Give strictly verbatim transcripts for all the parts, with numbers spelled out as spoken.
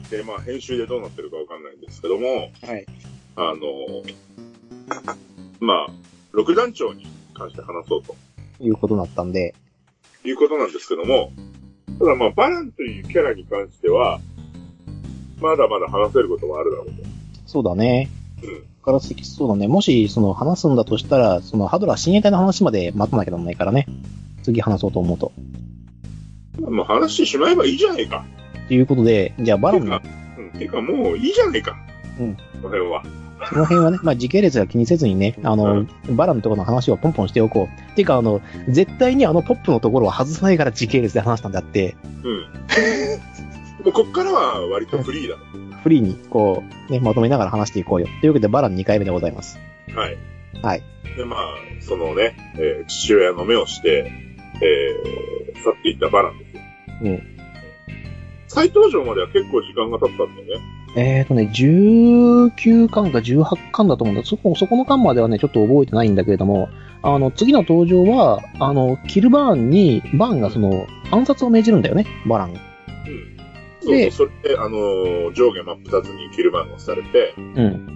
で、まあ、編集でどうなってるかわかんないんですけども、 はい。 あの、まあ、六団長に関して話そうと。 いうことになったんで。 いうことなんですけども、ただまあ、バランというキャラに関しては、まだまだ話せることもあるだろうと。 そうだね。 うん。 からそうだね。もし、その、話すんだとしたら、その、ハドラー親衛隊の話まで待たなきゃならないからね。次話そうと思うと。 もう話してしまえばいいじゃないか。 ということで、じゃあバランの。 うん。てかもういいじゃないか。 うん。 この辺は。 その辺はね、まあ時系列は気にせずにね、あの、うん、バラのところの話をポンポンしておこう。ていうか、あの、絶対にあのポップのところは外さないから時系列で話したんであって。 うん。もうこっからは割とフリーだ。 フリーに、こう、ね、まとめながら話していこうよ。というわけで、バランにかいめでございます。 はい。 はい。 で、まあ、そのね、えー、父親の目をして、えー、去っていったバランですよ。うん。再登場までは結構時間が経ったんだよね。 えーとね、じゅうきゅうかんかじゅうはちかんだと思うんだ。そこ、そこの間まではね、ちょっと覚えてないんだけれども、あの、次の登場は、あの、キルバーンに、バーンがその、暗殺を命じるんだよね、バラン。うん。 そうそう、それで、あのー、上下真っ二つにキルバーンがされて、うん。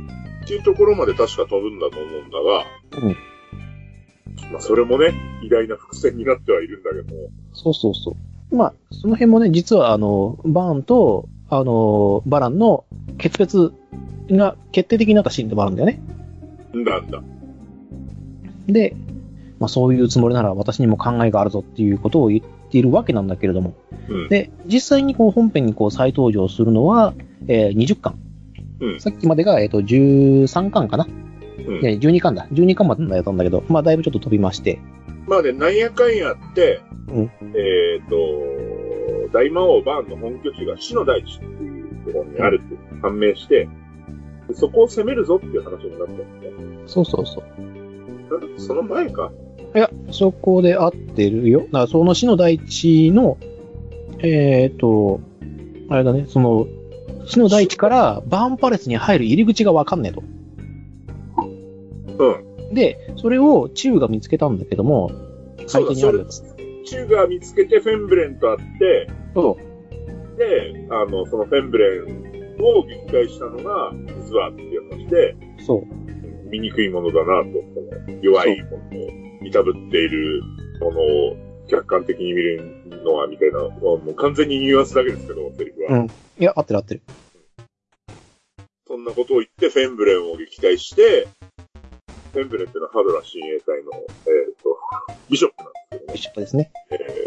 っていうところまで確か飛ぶんだと思うんだが、うん。まあ、それもね、偉大な伏線になってはいるんだけども。 そうそうそう。まあ、その辺もね、実はあの、バーンと、あの、バランの決別が決定的になったシーンでもあるんだよね。 なんだ。 で、まあそういうつもりなら私にも考えがあるぞっていうことを言っているわけなんだけれども。うん、で、実際にこう本編にこう再登場するのは、えー、にじゅっかん。うん、さっきまでが、えっと、じゅうさんかんかな。うん、いや、じゅうにかんだ。じゅうにかんまでだったんだけど、まあだいぶちょっと飛びまして。 まあね、なんやかんやって、うん、えっ、ー、と、大魔王バーンの本拠地が死の大地っていうところにあるって判明して、そこを攻めるぞっていう話になったんですね。 そうそうそう。 その前か。 いや、そこで合ってるよ。だからその死の大地の、えっ、ー、と、あれだね、その、死の大地からバーンパレスに入る入り口がわかんねえと。うん。で、それをチウが見つけたんだけども、 相手にあるやつ。チウが見つけてフェンブレンと会って、そう。で、あの、そのフェンブレンを撃退したのが、実はっていう話で、 そう。 醜いものだなと、弱いものを、いたぶっているものを客観的に見るのは、みたいな、もう完全にニュアンスだけですけど、セリフは。うん。 いや、合ってる合ってる。 そんなことを言って、フェンブレンを撃退して、フェンブレンっていうのはハドラー親衛隊の、えっと、ビショップなんですけどね。 ビショップですね。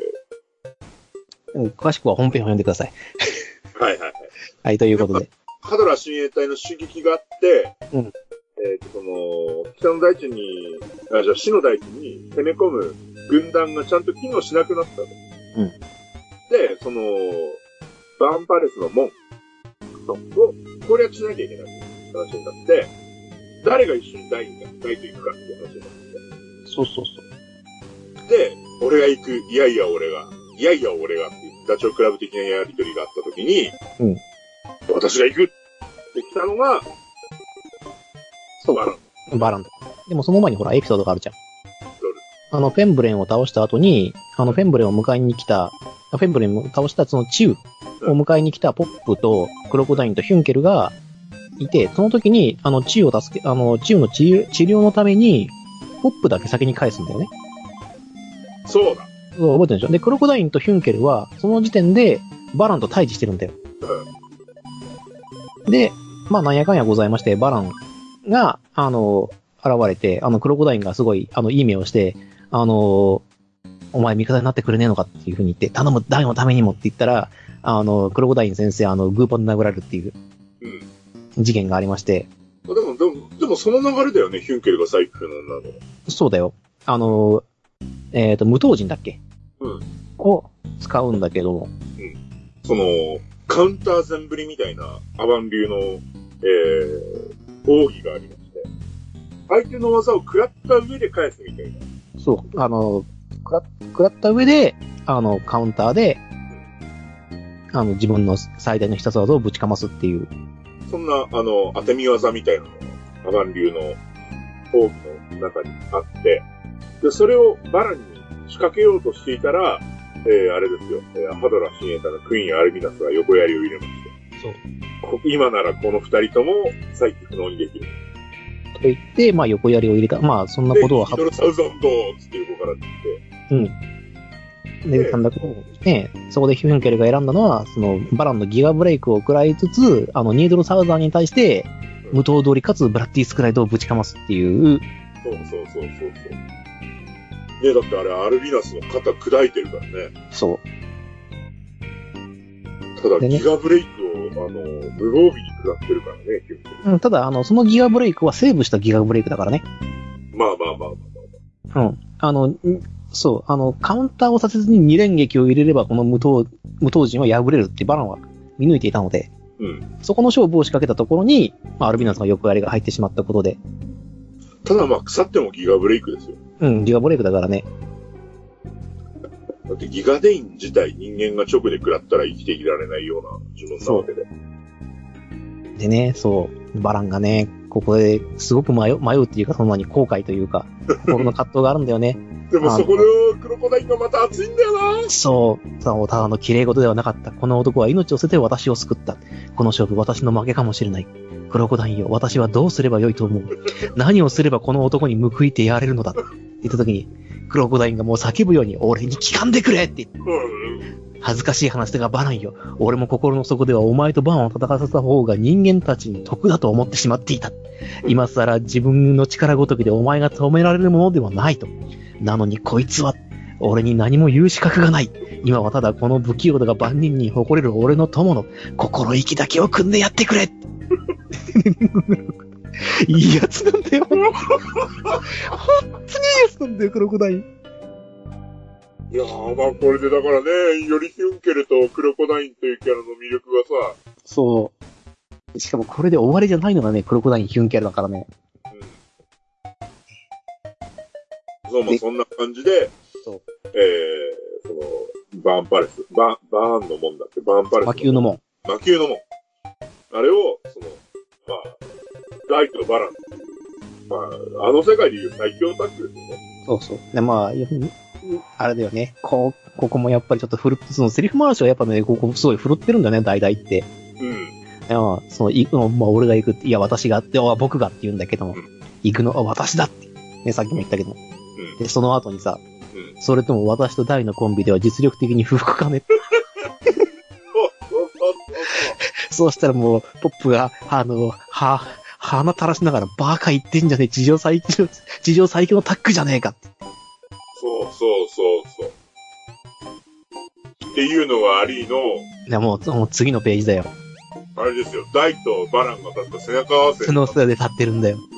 えー、詳しくは本編を読んでください。 はいはいはい。 はい、ということで。 ハドラー親衛隊の襲撃があって、うん。えっ、ー、と、その、北の大地に、あ、じゃあ死の大地に攻め込む軍団がちゃんと機能しなくなったと。うん。で、その、バーンパレスの門を攻略しなきゃいけないっていう話になって、誰が一緒に大に大と行くかっていう話になって。 そうそうそう。 で、俺が行く、いやいや俺が、いやいや俺がっていうダチョウ倶楽部的なやりとりがあったときに、うん。私が行くって来たのが、 そう。バラン。バランだ。でもその前にほら、エピソードがあるじゃん。あの、フェンブレンを倒した後に、あの、フェンブレンを迎えに来た、フェンブレンを倒したそのチウを迎えに来たポップとクロコダインとヒュンケルがいて、その時に、あの、チウを助け、あの、チウの治療、治療のために、ポップだけ先に返すんだよね。 そうだ。 そう、覚えてるでしょ。で、クロコダインとヒュンケルは、その時点で、バランと対峙してるんだよ。うん、で、まあ、なんやかんやございまして、バランが、あの、現れて、あの、クロコダインがすごい、あの、いい目をして、あの、お前味方になってくれねえのかっていう風に言って、頼む、ダイのためにもって言ったら、あの、クロコダイン先生、あの、グーパンで殴られるっていう、事件がありまして。 うん、でも、でも、でもその流れだよね、ヒュンケルがサイクルの女の。 そうだよ。あの、えっと、無刀人だっけうん。 を使うんだけども。 うん。その、カウンター全振りみたいな、アバン流の、えー、奥義がありまして、相手の技を食らった上で返すみたいな。 そう、あの、食ら、食らった上で、あの、カウンターで、あの、自分の最大の必殺技をぶちかますっていう。 そんな、あの、当て身技みたいなのが、アバン流の奥義の中にあって、で、それをバランに仕掛けようとしていたら、えー、あれですよ、えー、ハドラー親衛隊のクイーン・アルミナスが横槍を入れまして。 そう。 今ならこの二人とも再起不能にできる。 と言って、まあ横槍を入れた。まあそんなことは。 ミドルサウザンドつって横からって言って。うん。で、なんだけど、ね、そこでヒュンケルが選んだのは、その、バランのギガブレイクを食らいつつ、あの、ニードルサウザーに対して、無刀通りかつブラッディスクライドをぶちかますっていう。 そうそうそうそうそう。ね、だってあれ、アルビナスの肩砕いてるからね。 そう。 ただ、ギガブレイクを、あの、無防備に食らってるからね、ヒュンケル。うん、ただ、あの、そのギガブレイクはセーブしたギガブレイクだからね。 まあまあまあまあまあ。うん。あの、そう、あの、カウンターをさせずに二連撃を入れれば、この無刀、無刀人は破れるってバランは見抜いていたので、 うん。 そこの勝負を仕掛けたところに、まあ、アルビナスの横槍が入ってしまったことで。 ただまあ、腐ってもギガブレイクですよ。 うん、ギガブレイクだからね。 だってギガデイン自体人間が直で食らったら生きていられないような呪文なわけで。 でね、そう、バランがね、ここですごく迷う、迷うっていうか、その前に後悔というか、心の葛藤があるんだよね。 でもそこでクロコダインがまた熱いんだよな。 そう、ただの綺麗事ではなかった。この男は命を捨てて私を救った。この勝負私の負けかもしれない。クロコダインよ、私はどうすればよいと思う。何をすればこの男に報いてやれるのだ。って言った時に、クロコダインがもう叫ぶように、俺に聞かんでくれって言って。恥ずかしい話だがバランよ。俺も心の底ではお前とバンを戦わせた方が人間たちに得だと思ってしまっていた。今更自分の力ごときでお前が止められるものではないと。なのにこいつは、俺に何も言う資格がない。今はただこの不器用だが万人に誇れる俺の友の心意気だけを組んでやってくれ。いいやつなんだよ。本当にいいやつなんだよ、クロコダイン。 いやー、まあこれでだからね、よりヒュンケルとクロコダインというキャラの魅力がさ。 そう。しかもこれで終わりじゃないのがね、クロコダイン、ヒュンケルだからね。 そう、まあそんな感じで、そう。えー、その、バーンパレス、バーン、バーンの門だって、バーンパレス。 魔宮の門。 魔宮の門。あれを、その、まあ、ダイとバラン。まあ、あの世界でいう最強タッグですよね。 そうそう。で、まあ、あれだよね。こう、ここもやっぱりちょっと振るって、そのセリフ回しはやっぱね、ここすごい振るってるんだよね、代々って。 うん。 いや、その、行くの、まあ、俺が行くって、いや、私がって、あ、僕がって言うんだけども、うん、行くのは私だって。ね、さっきも言ったけども。うん、で、その後にさ、うん、それとも私とダイのコンビでは実力的に不服かね。そうしたらもう、ポップが、あの、は、鼻垂らしながらバカ言ってんじゃねえ、地上最強、地上最強のタッグじゃねえかって。 そうそうそうそう。っていうのがありの、 いやもう、もう次のページだよ。 あれですよ、ダイとバランが立った背中合わせ。 その背で立ってるんだよ。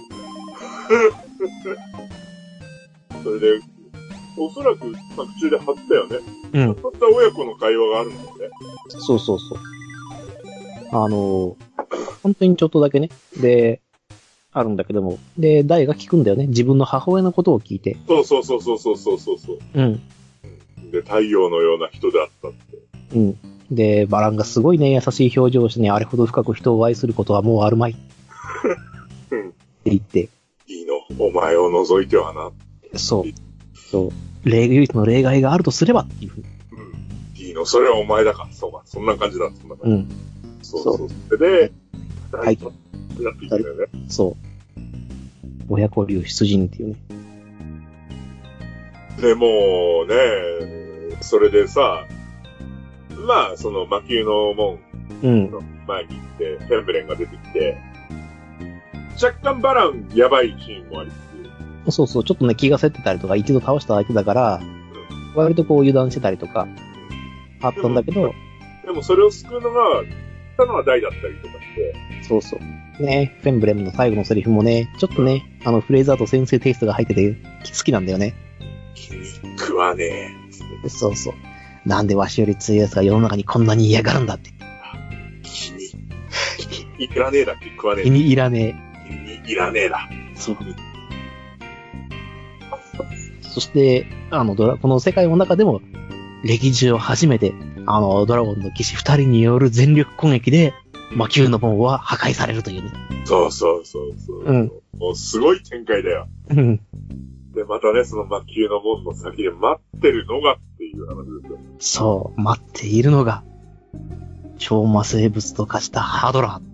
それで、おそらく作中で貼ったよね。 うん。 貼った親子の会話があるんだよね。 そうそうそう。あの、本当にちょっとだけね。で、あるんだけども。で、ダイが聞くんだよね。自分の母親のことを聞いて。 そうそうそうそうそうそうそう。 うん。 で、太陽のような人であったって。 うん。で、バランがすごいね、優しい表情をしてね、あれほど深く人を愛することはもうあるまい。 うん。 って言って。 いいの、お前を除いてはな。 そう。そう。例唯一の例外があるとすればっていうふうに。 うん。いいの、それはお前だか。そうか。そんな感じだ。そんな感じ。うん。そうそう。それで、 はい。 やっていくんだよね。 そう。親子流出陣っていうね。 で、もうね、それでさ、まあ、その魔宮の門の前に行って、うん、フェンブレンが出てきて、若干バランやばいシーンもありつつ。そうそう、ちょっとね、気が競ってたりとか、一度倒した相手だから、うん、割とこう油断してたりとか、あったんだけど、 でも、でもそれを救うのが、たのはダイだったりとかして。 そうそう。ね、フェンブレムの最後のセリフもね、ちょっとね、うん、あの、フレーザーと先生テイストが入ってて、好きなんだよね。 気に食わねえ。そうそう。なんでわしより強い奴が世の中にこんなに嫌がるんだって。 気に、気にいらねえだって食わねえ。 気にいらねえ。気にいらねえだ。 そう。そして、あの、ドラ、この世界の中でも、歴史上初めて、あの、ドラゴンの騎士二人による全力攻撃で、魔宮の門は破壊されるというね。 そうそうそうそう。うん。もうすごい展開だよ。 うん。 で、またね、その魔宮の門の先で待ってるのがっていう話ですよ。 そう、待っているのが。 超魔生物と化したハドラ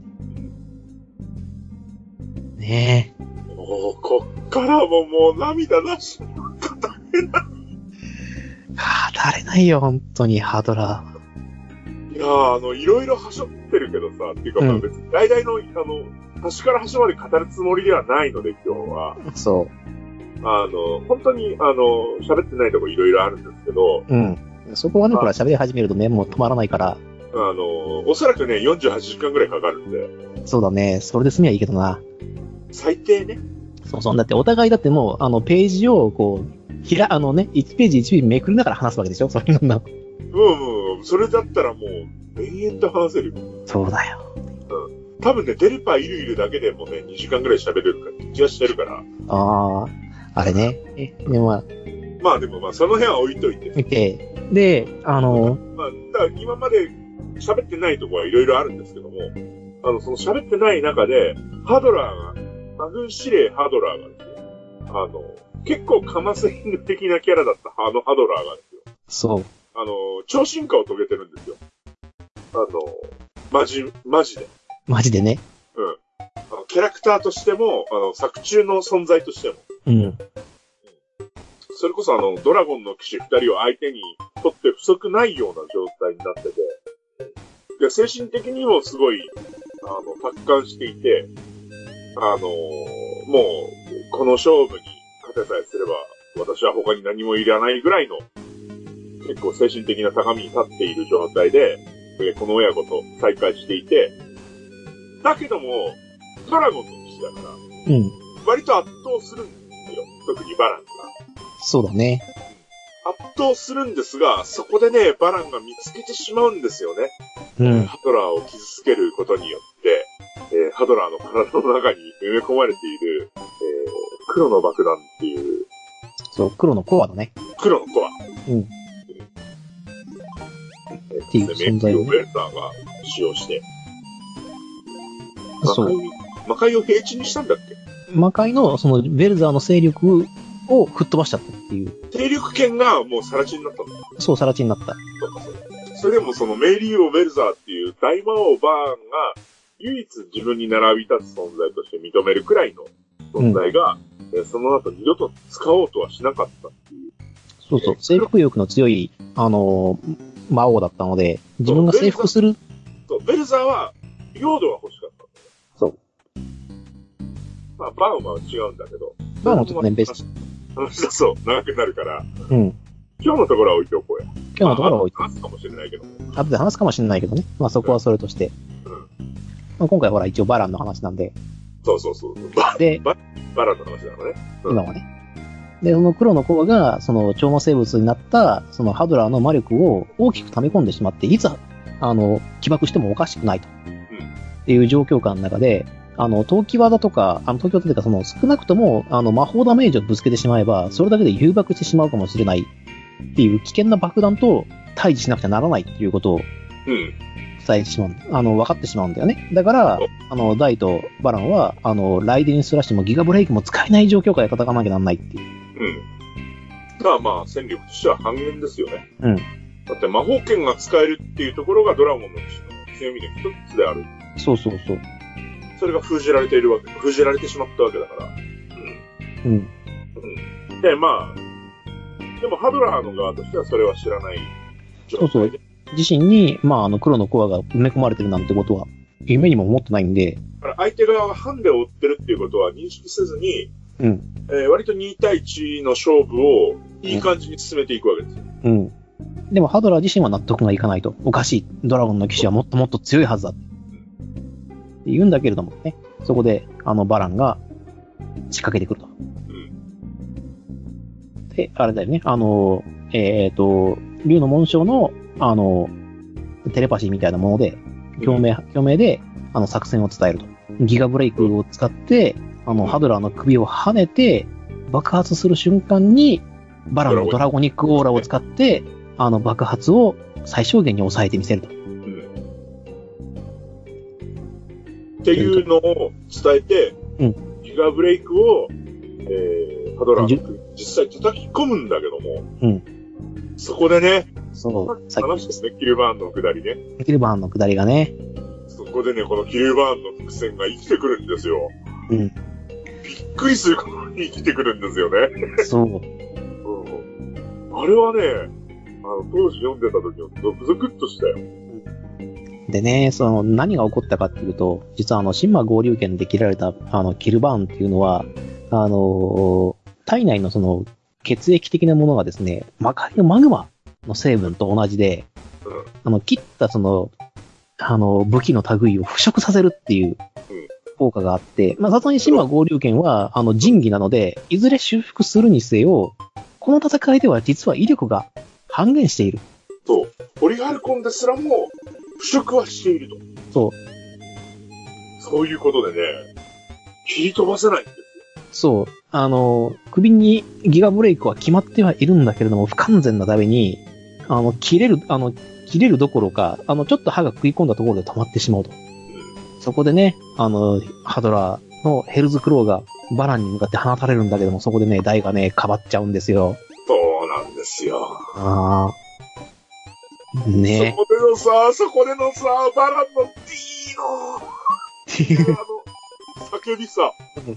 ー。ねえ。 もう、こっからももう涙なし。語れない。 語れないよ、本当に、ハドラー。いやー、あの、いろいろはしょってるけどさ、っていうかまあ別に、大々の、あの、端から端まで語るつもりではないので、今日は。 そう。 あの、本当に、あの、喋ってないとこいろいろあるんですけど。 うん。そこはね、ほら、喋り始めるとね、もう止まらないから。 あの、おそらくね、よんじゅうはちじかんぐらいかかるんで。 そうだね。それで済みはいいけどな。 最低ね。 そうそう。だってお互いだってもう、あの、ページを、こう、ひら、あのね、いちページいちページめくりながら話すわけでしょそういうの。 うんうん。それだったらもう、延々と話せる。 そうだよ。 うん。多分ね、デルパいるいるだけでもね、にじかんぐらい喋れるか気がしてるから。 ああ、あれね。え、でもまあ。 まあでもまあ、その辺は置いといて。 見て。で、あの、 まあ、だから今まで喋ってないところはいろいろあるんですけども、あの、その喋ってない中で、ハドラーが、マグン司令ハドラーがですね、あの、結構カマスイング的なキャラだったあのハドラーがですよ。 そう。 あの、超進化を遂げてるんですよ。あの、マジ、マジで。 マジでね。 うん。あのキャラクターとしても、あの、作中の存在としても。 うん。 それこそあの、ドラゴンの騎士二人を相手にとって不足ないような状態になってて、で精神的にもすごい、あの、達観していて、あのー、もう、この勝負に勝てさえすれば、私は他に何もいらないぐらいの、結構精神的な高みに立っている状態で、この親子と再会していて、だけども、ドラゴンの騎士だから、 うん。 割と圧倒するんですよ。特にバランが。 そうだね。 圧倒するんですが、そこでね、バランが見つけてしまうんですよね。 うん。 ハドラーを傷つけることによって、えー、ハドラーの体の中に埋め込まれている、えー、黒の爆弾っていう。 そう、黒のコアだね。 黒のコア。 うん。うん、っていう存在を、ね。 メッキをベルターが使用して。 そう。 魔界を平地にしたんだっけ？ 魔界の、その、ヴェルザーの勢力を吹っ飛ばしちゃったっていう。 勢力圏がもう更地になったんだ。 そう、更地になった。 そうかそうか。それでもそのメイリー・オ・ヴェルザーっていう大魔王バーンが唯一自分に並び立つ存在として認めるくらいの存在が、うん、その後二度と使おうとはしなかったっていう。 そうそう、征服欲の強い、あのー、魔王だったので、自分が征服する。 そう、ヴェルザーは、領土が欲しかったんだよ。 そう。 まあ、バーンは違うんだけど。 バーンはちょっとね、別。 話だそう、長くなるから。 うん。 今日のところは置いておこうや。 今日のところは置いておこう。話すかもしれないけど。 後で話すかもしれないけどね。まあそこはそれとして。うん。まあ、今回ほら一応バランの話なんで。 そうそうそう。バで、ババランの話なのね。 うん、今はね。で、その黒のコアが、その超魔生物になった、そのハドラーの魔力を大きく溜め込んでしまって、いつ、あの、起爆してもおかしくないと。うん。っていう状況下の中で、あの、陶器技とか、あの、東京というか、その、少なくとも、あの、魔法ダメージをぶつけてしまえば、それだけで誘爆してしまうかもしれないっていう危険な爆弾と対峙しなくちゃならないっていうことを、伝えてしまう、うん、あの、分かってしまうんだよね。だから、あの、ダイとバランは、あの、ライデンスラッシュもギガブレイクも使えない状況下で戦わなきゃならないっていう。 うん。まあまあ、戦力としては半減ですよね。 うん。 だって魔法剣が使えるっていうところがドラゴンの強みの一つである。 そうそうそう。 それが封じられているわけ、封じられてしまったわけだから。 うん。 うん。で、まあ、でもハドラーの側としてはそれは知らない状態で。そうそう。 自身に、まあ、あの、黒のコアが埋め込まれてるなんてことは、夢にも思ってないんで。 だから相手側がハンデを負ってるっていうことは認識せずに、 うん。 えー、割とに対いちの勝負をいい感じに進めていくわけですよ。 うん。でもハドラー自身は納得がいかないと。おかしい。ドラゴンの騎士はもっともっと強いはずだ。って言うんだけれどもね。そこで、あの、バランが仕掛けてくると。うん。で、あれだよね。あの、えっ、ー、と、竜の紋章の、あの、テレパシーみたいなもので、共鳴、共鳴で、あの、作戦を伝えると。ギガブレイクを使って、あの、ハドラーの首を跳ねて、爆発する瞬間に、バランのドラゴニックオーラを使って、あの、爆発を最小限に抑えてみせると。うん。 っていうのを伝えて、 うん。 ギガブレイクを、えー、ハドラーの実際叩き込むんだけども、 うん。 そこでね、 そう。 さっき話してね、キルバーンの下りね。 キルバーンの下りがね。 そこでね、このキルバーンの伏線が生きてくるんですよ。 うん。びっくりすることに生きてくるんですよね。 そう。うん。 あれはね、あの、当時読んでた時はゾクゾクっとしたよ。 でね、その、何が起こったかっていうと、実はあの、神魔合流剣で切られた、あの、キルバーンっていうのは、あの、体内のその、血液的なものがですね、魔界のマグマの成分と同じで、うん、あの、切ったその、あの、武器の類を腐食させるっていう効果があって、まあ、さすがに神魔合流剣は、あの、神器なので、いずれ修復するにせよ、この戦いでは実は威力が半減している。 そう。ポリハルコンですらも、腐食はしていると。 そう。 そういうことでね、切り飛ばせないんですよ。 そう。あの、首にギガブレイクは決まってはいるんだけれども、不完全なために、あの、切れる、あの、切れるどころか、あの、ちょっと歯が食い込んだところで止まってしまうと。うん、そこでね、あの、ハドラーのヘルズクローがバランに向かって放たれるんだけども、そこでね、ダイがね、かばっちゃうんですよ。 そうなんですよ。 ああ。ねそこでのさ、そこでのさ、バランの D の、あの、叫びさ。うん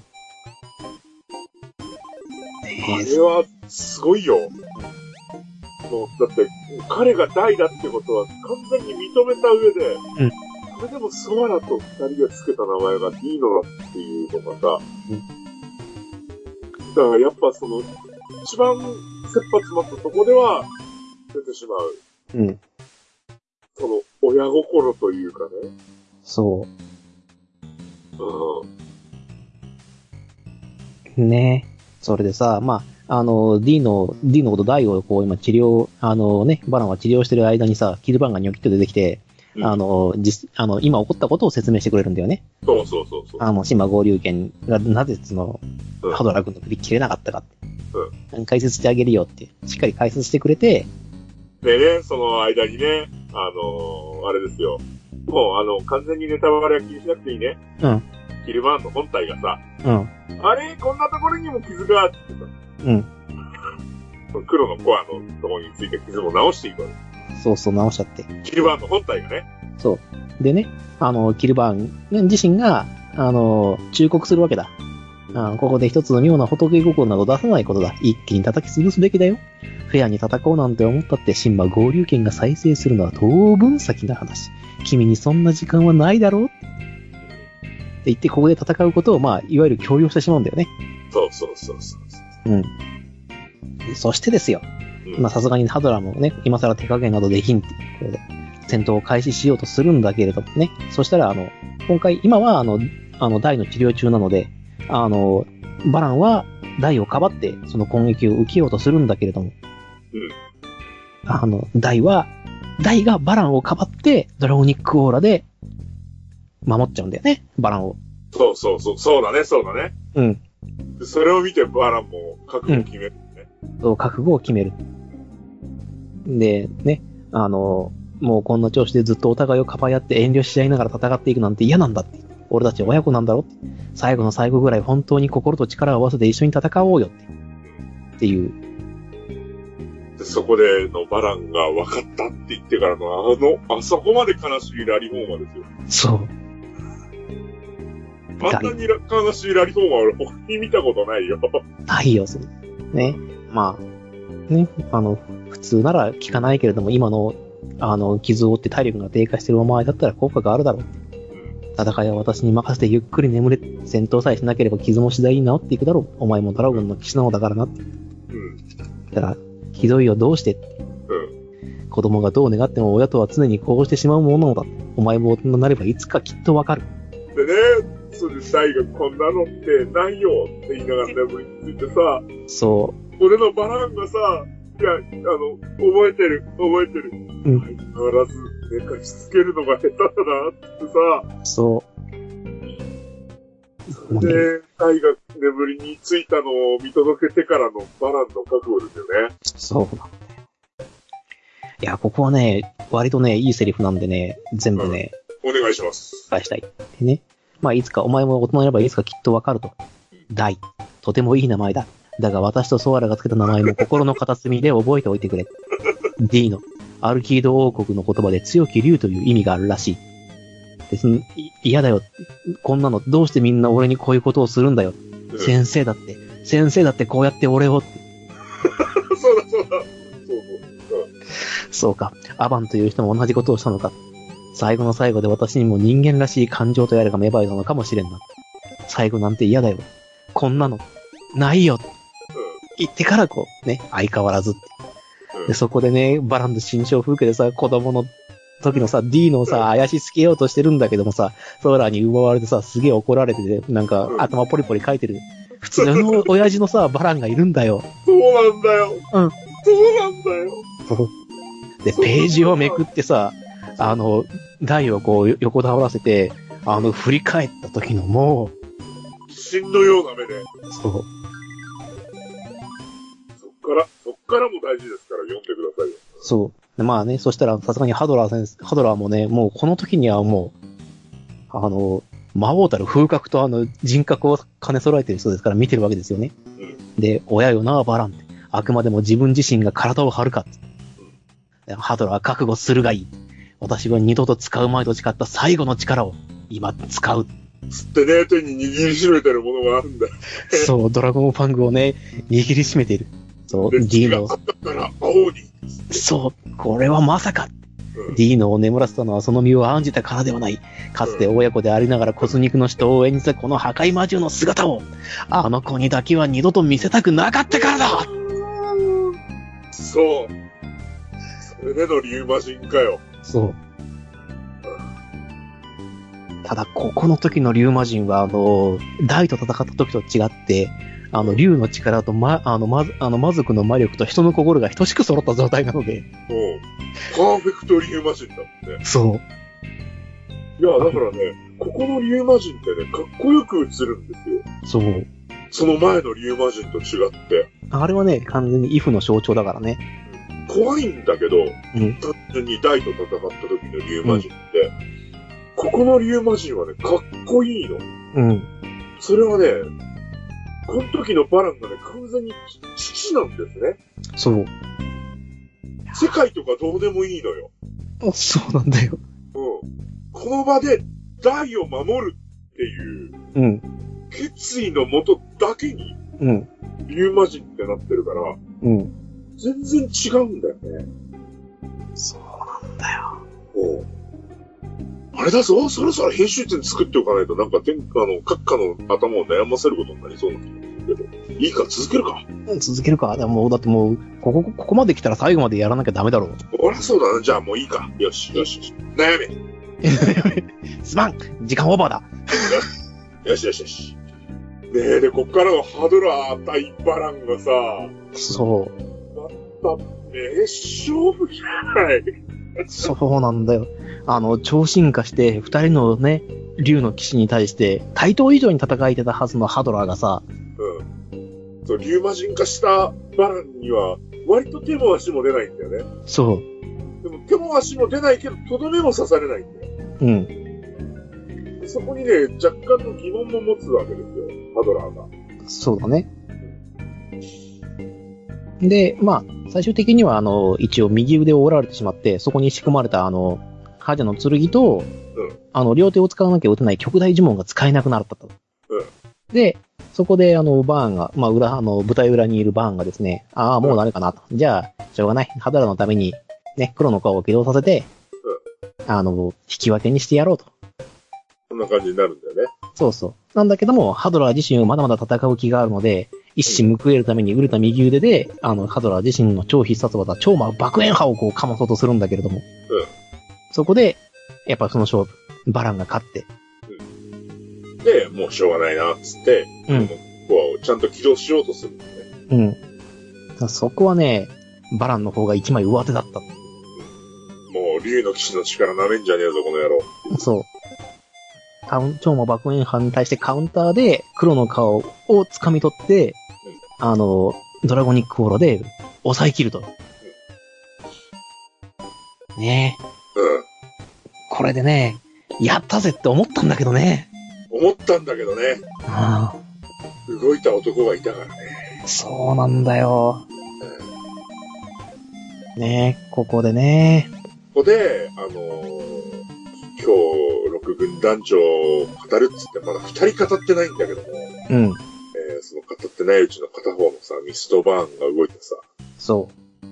あれは、すごいよ。もう、だって、彼が大だってことは完全に認めた上で、うん。それでもソアラと二人がつけた名前が D のだっていうのがさ、うん。だからやっぱその、一番切羽詰まったとこでは、出てしまう。うん。その、親心というかね。 そう。うん。ねえ。それでさ、まあ、あの、D の、D のこと大をこう今治療、あのね、バランは治療してる間にさ、キルバーンがニョキッと出てきて、うん、あの、実、あの、今起こったことを説明してくれるんだよね。 そうそうそうそう。 あの、神魔合流剣がなぜその、うん、ハドラー君の首切れなかったかって。うん。解説してあげるよって、しっかり解説してくれて。 でね、その間にね、あのー、あれですよ。もう、あの、完全にネタバレは気にしなくていいね。うん。キルバーンの本体がさ、うん。あれこんなところにも傷があってさ、うん。黒のコアのところについた傷も直していくわけ。 そうそう、直しちゃって。 キルバーンの本体がね。 そう。でね、あの、キルバーン自身が、あの、忠告するわけだ。あここで一つの妙な仏心など出さないことだ。一気に叩き潰すべきだよ。フェアに戦おうなんて思ったって神魔合流剣が再生するのは当分先の話。君にそんな時間はないだろうって言って、ここで戦うことを、まあ、いわゆる強要してしまうんだよね。 そうそうそうそう。 うん。そしてですよ。うん、まあ、さすがにハドラーもね、今更手加減などできんっていうことで、戦闘を開始しようとするんだけれどもね。そしたら、あの、今回、今は、あの、あの、ダイの治療中なので、あの、バランは、ダイをかばって、その攻撃を受けようとするんだけれども、うん。あの、ダイは、ダイがバランをかばって、ドラゴニックオーラで、守っちゃうんだよね、バランを。 そうそうそう、そうだね、そうだね。うん。それを見てバランも覚悟を決めるね、 うん。そう、覚悟を決める。で、ね、あの、もうこんな調子でずっとお互いをかばい合って遠慮し合いながら戦っていくなんて嫌なんだって。俺たち親子なんだろって。最後の最後ぐらい本当に心と力を合わせて一緒に戦おうよって。っていう。 でそこでのバランが分かったって言ってからのあの、あそこまで悲しいラリフォーマですよ。 そう。 あんなに悲しいラリフォーマは俺他に見たことないよ。 ないよ、そね。まあ、ね、あの、普通なら効かないけれども、今の、あの、傷を負って体力が低下してるお前だったら効果があるだろうって。戦いは私に任せてゆっくり眠れ、戦闘さえしなければ傷も次第に治っていくだろう。お前もドラゴンの騎士なのだからなって。うん。だから、ひどいよ、どうしてって。うん。子供がどう願っても親とは常にこうしてしまうものなのだ。お前も大人になればいつかきっとわかる。 でね、それでダイがこんなのってないよって言いながら眠りについてさ。そう。俺のバランがさ、いや、あの、覚えてる、覚えてる。うん。相変わらず寝かしつけるのが下手だなってさ。そう。で、ダイが眠りについたのを見届けてからのバランの覚悟ですよね。 そうなんだよ。いや、ここはね、割とね、いいセリフなんでね、全部ね。 うん、お願いします。 返したい。でね。まあ、いつか、お前も大人になればいつかきっとわかると。ダイ。とてもいい名前だ。だが私とソアラがつけた名前も心の片隅で覚えておいてくれ。D の。 アルキード王国の言葉で強き竜という意味があるらしい。別に嫌だよ。こんなのどうしてみんな俺にこういうことをするんだよ。うん、先生だって、先生だってこうやって俺をって。 そうだそうだ。そうそう。 そうか。アバンという人も同じことをしたのか。最後の最後で私にも人間らしい感情とやらが芽生えたのかもしれんな。最後なんて嫌だよ。こんなの、ないよ。言ってからこう、ね、相変わらずって。で、そこでね、バランの心象風景でさ、子供の時のさ、D のさ、怪しつけようとしてるんだけどもさ、ソーラーに奪われてさ、すげえ怒られてて、なんか、頭ポリポリ書いてる。普通の親父のさ、バランがいるんだよ。 そうなんだよ。 うん。 そうなんだよ。 で、ページをめくってさ、あの、台をこう、横倒らせて、あの、振り返った時のもう、 死のような目で。 そう。そっから、そっからも大事ですから読んでくださいよ。 そう。まあね、そしたらさすがにハドラー先生、ハドラーもね、もうこの時にはもう、あの、魔王たる風格とあの人格を兼ね揃えてる人ですから見てるわけですよね。うん、で、親よな、バランって。あくまでも自分自身が体を張るかって。うん、ハドラー覚悟するがいい。私は二度と使うまいと誓った最後の力を今使う。 つってね、手に握りしめてるものがあるんだよ。 そう、ドラゴンファングをね、握りしめている。そう、ディーノ。 から青に。 そう、これはまさか。うん、ディーノを眠らせたのはその身を案じたからではない。かつて親子でありながら骨肉の人を演じたこの破壊魔獣の姿を、あの子にだけは二度と見せたくなかったからだ。 そう。それでのリュウマ人かよ。 そう。ただ、ここの時のリュウマ人は、あの、大と戦った時と違って、あの、竜の力と、ま、あの、ま、あの、魔族の魔力と人の心が等しく揃った状態なので。 うん。パーフェクトリュウマ人だもんね。 そう。 いや、だからね、ここのリュウマ人ってね、かっこよく映るんですよ。 そう。 その前のリュウマ人と違って。 あれはね、完全にイフの象徴だからね。 怖いんだけど、うん、単純に大と戦った時のリュウマ人って、うん、ここのリュウマ人はね、かっこいいの。 うん。 それはね、この時のバランがね、完全に父なんですね。 そう。 世界とかどうでもいいのよ。 そうなんだよ。 うん。この場で大を守るっていう、 うん。 決意のもとだけに、 うん。 リュウマ人ってなってるから、 うん。 全然違うんだよね。 そうなんだよ。 おう。あれだぞ、そろそろ編集点作っておかないと、なんか天下の、閣下の頭を悩ませることになりそうなんだけど。いいか、続けるか。 うん、続けるか。でも、だってもう、ここ、ここまで来たら最後までやらなきゃダメだろう。 ほら、そうだな。じゃあもういいか。よし、よし、よし。悩め。 すまん時間オーバーだ。 よしよしよし。ねえ、で、こっからのハドラー対バランがさ、 そう。 また、名勝負じゃない。 そうなんだよ。あの、超進化して、二人のね、竜の騎士に対して、対等以上に戦いてたはずのハドラーがさ、 うん。そう、竜魔人化したバランには、割と手も足も出ないんだよね。 そう。 でも手も足も出ないけど、とどめも刺されないんだよ。 うん。 そこにね、若干の疑問も持つわけですよ、ハドラーが。 そうだね。で、まあ、最終的には、あの、一応右腕を折られてしまって、そこに仕込まれた、あの、覇者の剣と、うん、あの、両手を使わなきゃ打てない極大呪文が使えなくなったと。 うん、 で、そこで、あの、バーンが、まあ、裏、あの、舞台裏にいるバーンがですね、ああ、もうダメかなと。うん、じゃあ、しょうがない。ハドラーのために、ね、黒の顔を起動させて、うん、あの、引き分けにしてやろうと。 そんな感じになるんだよね。 そうそう。なんだけども、ハドラー自身はまだまだ戦う気があるので、一矢報いるために、ウルタ右腕で、あの、ハドラー自身の超必殺技、超魔爆炎波をこう、かまそうとするんだけれども。うん。そこで、やっぱその勝負、バランが勝って。 うん。で、もうしょうがないな、つって、うん。ここはちゃんと起動しようとするんだね。 うん。そこはね、バランの方が一枚上手だった。うん。 もう、竜の騎士の力舐めんじゃねえぞ、この野郎。 そう。カウン、超魔爆炎波に対してカウンターで黒の顔を掴み取って、うん、あの、ドラゴニックオーラで抑え切ると。うん、ねえ。うん。これでね、やったぜって思ったんだけどね。 思ったんだけどね。 ああ。 動いた男がいたからね。 そうなんだよ。 ねえ、ここでね。 ここで、あのー、今日、六軍団長を語るっつってまだ二人語ってないんだけども。 うん。 えー、その語ってないうちの片方のさ、ミストバーンが動いてさ。 そう。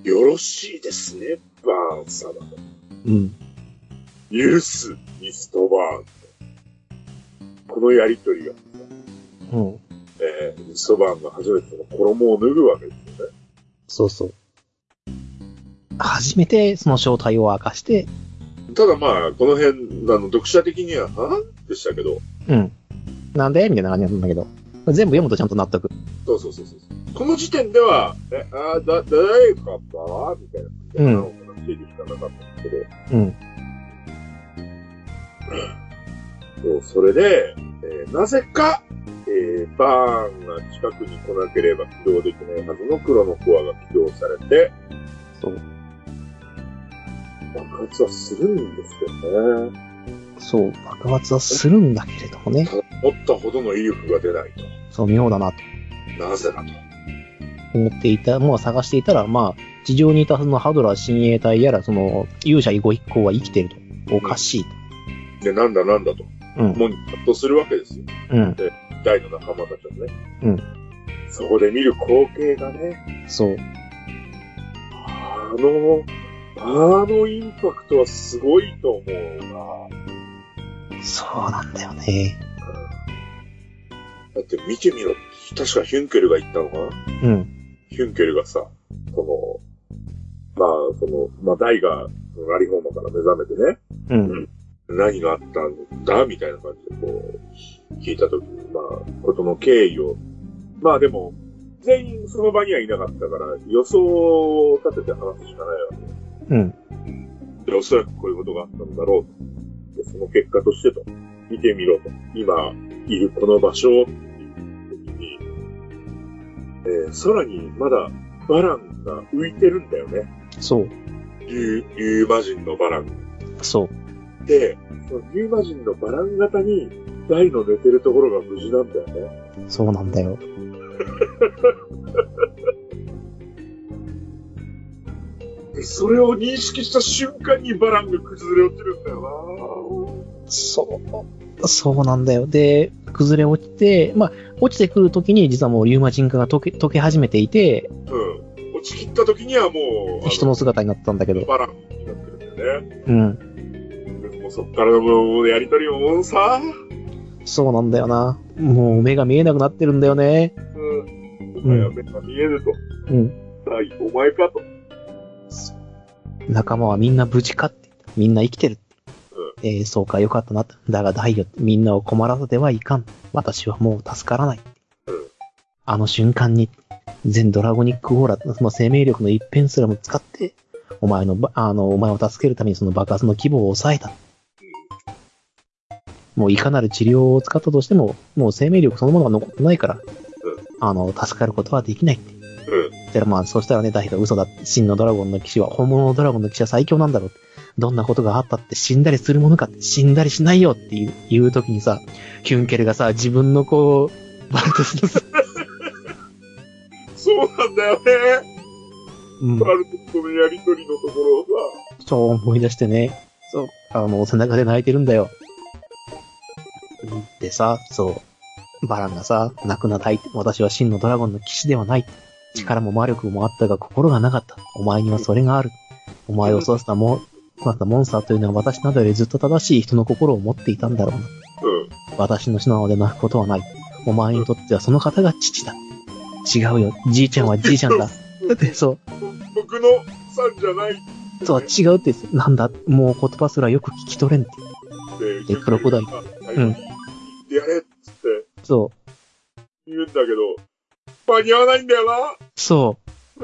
よろしいですね、バーン様。 うん。 許す、ミストバーン。このやりとりが。 うん。 えー、ミストバーンが初めてその衣を脱ぐわけですよね。 そうそう。初めてその正体を明かして。 ただまあ、この辺、あの、読者的には、はぁでしたけど。 うん。なんでみたいな感じなんだけど。全部読むとちゃんと納得。 そうそうそうそう。この時点では、え、あーだ、誰かったみたいな。うん。教えるしかなかったんですけど。 うん。 そう、それで、えー、なぜか、えー、バーンが近くに来なければ起動できないはずの黒のコアが起動されて、 そう。 爆発はするんですよね。 そう、爆発はするんだけれどもね。 思ったほどの威力が出ないと。 そう、妙だなと。 なぜだと。 思っていた、もう探していたら、まあ、地上にいたそのハドラー親衛隊やら、その、勇者ご一行は生きていると。おかしいと。 うん、で、なんだなんだと。うん。もう、ハッとするわけですよ。 うん。 で、大の仲間たちはね。 うん。 そこで見る光景がね。 そう。 あの、あのインパクトはすごいと思うな。そうなんだよね。 だって見てみろ。確かヒュンケルが言ったのかな。 うん。 ヒュンケルがさ、その、まあ、その、まあ、ダイが、ラリフォーマから目覚めてね。 うん。うん、 何があったんだみたいな感じでこう、聞いたときに、まあ、ことの経緯を。まあでも、全員その場にはいなかったから、予想を立てて話すしかないわけ。 うん。 で、おそらくこういうことがあったんだろうと。で、その結果としてと、見てみろと。今、いるこの場所を、っていう時に、えー、空にまだバランが浮いてるんだよね。 そう。 竜、竜魔人のバラン。 そう。 で、その竜魔人のバラン型に、ダイの寝てるところが無事なんだよね。 そうなんだよ。 それを認識した瞬間にバランが崩れ落ちるんだよな。 そう。そうなんだよ。で、崩れ落ちて、まあ、落ちてくるときに実はもうリュウマ人化が溶け、溶け始めていて、 うん。落ちきったときにはもう、 人の姿になったんだけど。 バランになってるんだよね。 うん。 もうそっからのもうやりとりもさ、 そうなんだよな。もう目が見えなくなってるんだよね。 うん。お前は目が見えると。 うん。 はい、お前かと。 仲間はみんな無事かって。みんな生きてる。 うん、 えー、そうかよかったな。だがダイよ、みんなを困らせてはいかん。私はもう助からない。 うん、 あの瞬間に、全ドラゴニックオーラ、その生命力の一辺すらも使って、お前の、あの、お前を助けるためにその爆発の規模を抑えた。もういかなる治療を使ったとしても、もう生命力そのものが残ってないから、うん、あの、助かることはできないって。 うん。 でまあ、そしたらね、ダイが嘘だ。真のドラゴンの騎士は、本物のドラゴンの騎士は最強なんだろう。どんなことがあったって死んだりするものかって、死んだりしないよっていう、いう時にさ、ヒュンケルがさ、自分のこう、バルトスのさ、 そうなんだよね。うん。バルトスとのやりとりのところをさ、 そう思い出してね、そう、あの、背中で泣いてるんだよ。でさ、そう、バランがさ、泣くなたい。私は真のドラゴンの騎士ではない。力も魔力もあったが心がなかった。お前にはそれがある。お前を育てたモンスターというのは私などよりずっと正しい人の心を持っていたんだろうな。 うん、 私の素直で泣くことはない。お前にとってはその方が父だ。違うよ。じいちゃんはじいちゃんだ。だってそう。 僕のさんじゃない。 そう、違うって、なんだ、もう言葉すらよく聞き取れんって。で、クロコダイル。うん。 やれっつって。 そう。 言うんだけど、間に合わないんだよな。 そう。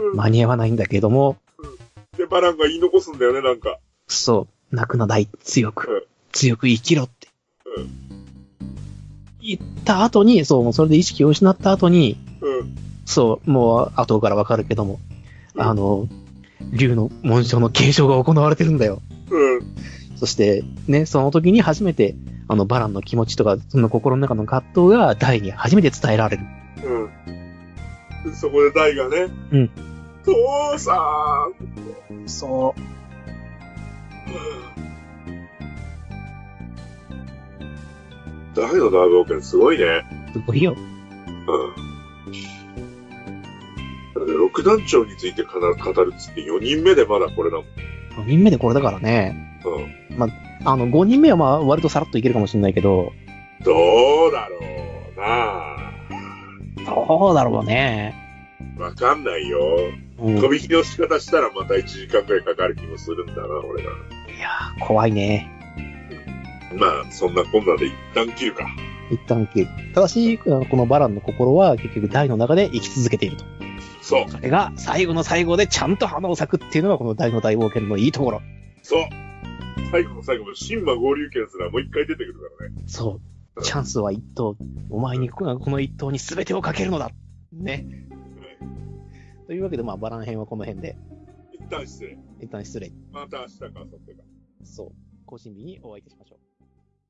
うん、間に合わないんだけども。 うん、で、バランが言い残すんだよね、なんか。 そう。泣くな大、強く、うん。強く生きろって。 うん。 言った後に、そう、それで意識を失った後に、 うん。 そう、もう後からわかるけども、うん、あの、竜の紋章の継承が行われてるんだよ。 うん。 そして、ね、その時に初めて、あの、バランの気持ちとか、その心の中の葛藤が、ダイに初めて伝えられる。 うん。そこでダイがね、 うん。 父さん。そう。 大の大冒険すごいね。 すごいよ。 うん。六団長について語るっつってよにんめでまだこれだもん。よにんめでこれだからね。うん。まあ、あの、ごにんめはまあ、割とさらっといけるかもしれないけど。 どうだろうなぁ。 どうだろうね。 わかんないよ。うん、飛び火の仕方したらまたいちじかんくらいかかる気もするんだな、俺が。 いやー、怖いね。 まあ、そんなこんなで一旦切るか。 一旦切る。ただし、このバランの心は結局大の中で生き続けていると。 そう。 それが最後の最後でちゃんと花を咲くっていうのがこの大の大冒険のいいところ。 そう。最後の最後の神魔合流剣すらもう一回出てくるからね。 そう。チャンスは一投。お前にこの一投に全てをかけるのだ。ね。うん、というわけで、まあ、バラン編はこの辺で。 一旦失礼。 一旦失礼。 また明日か、明後日か。 そう。更新日にお会いいたしましょう。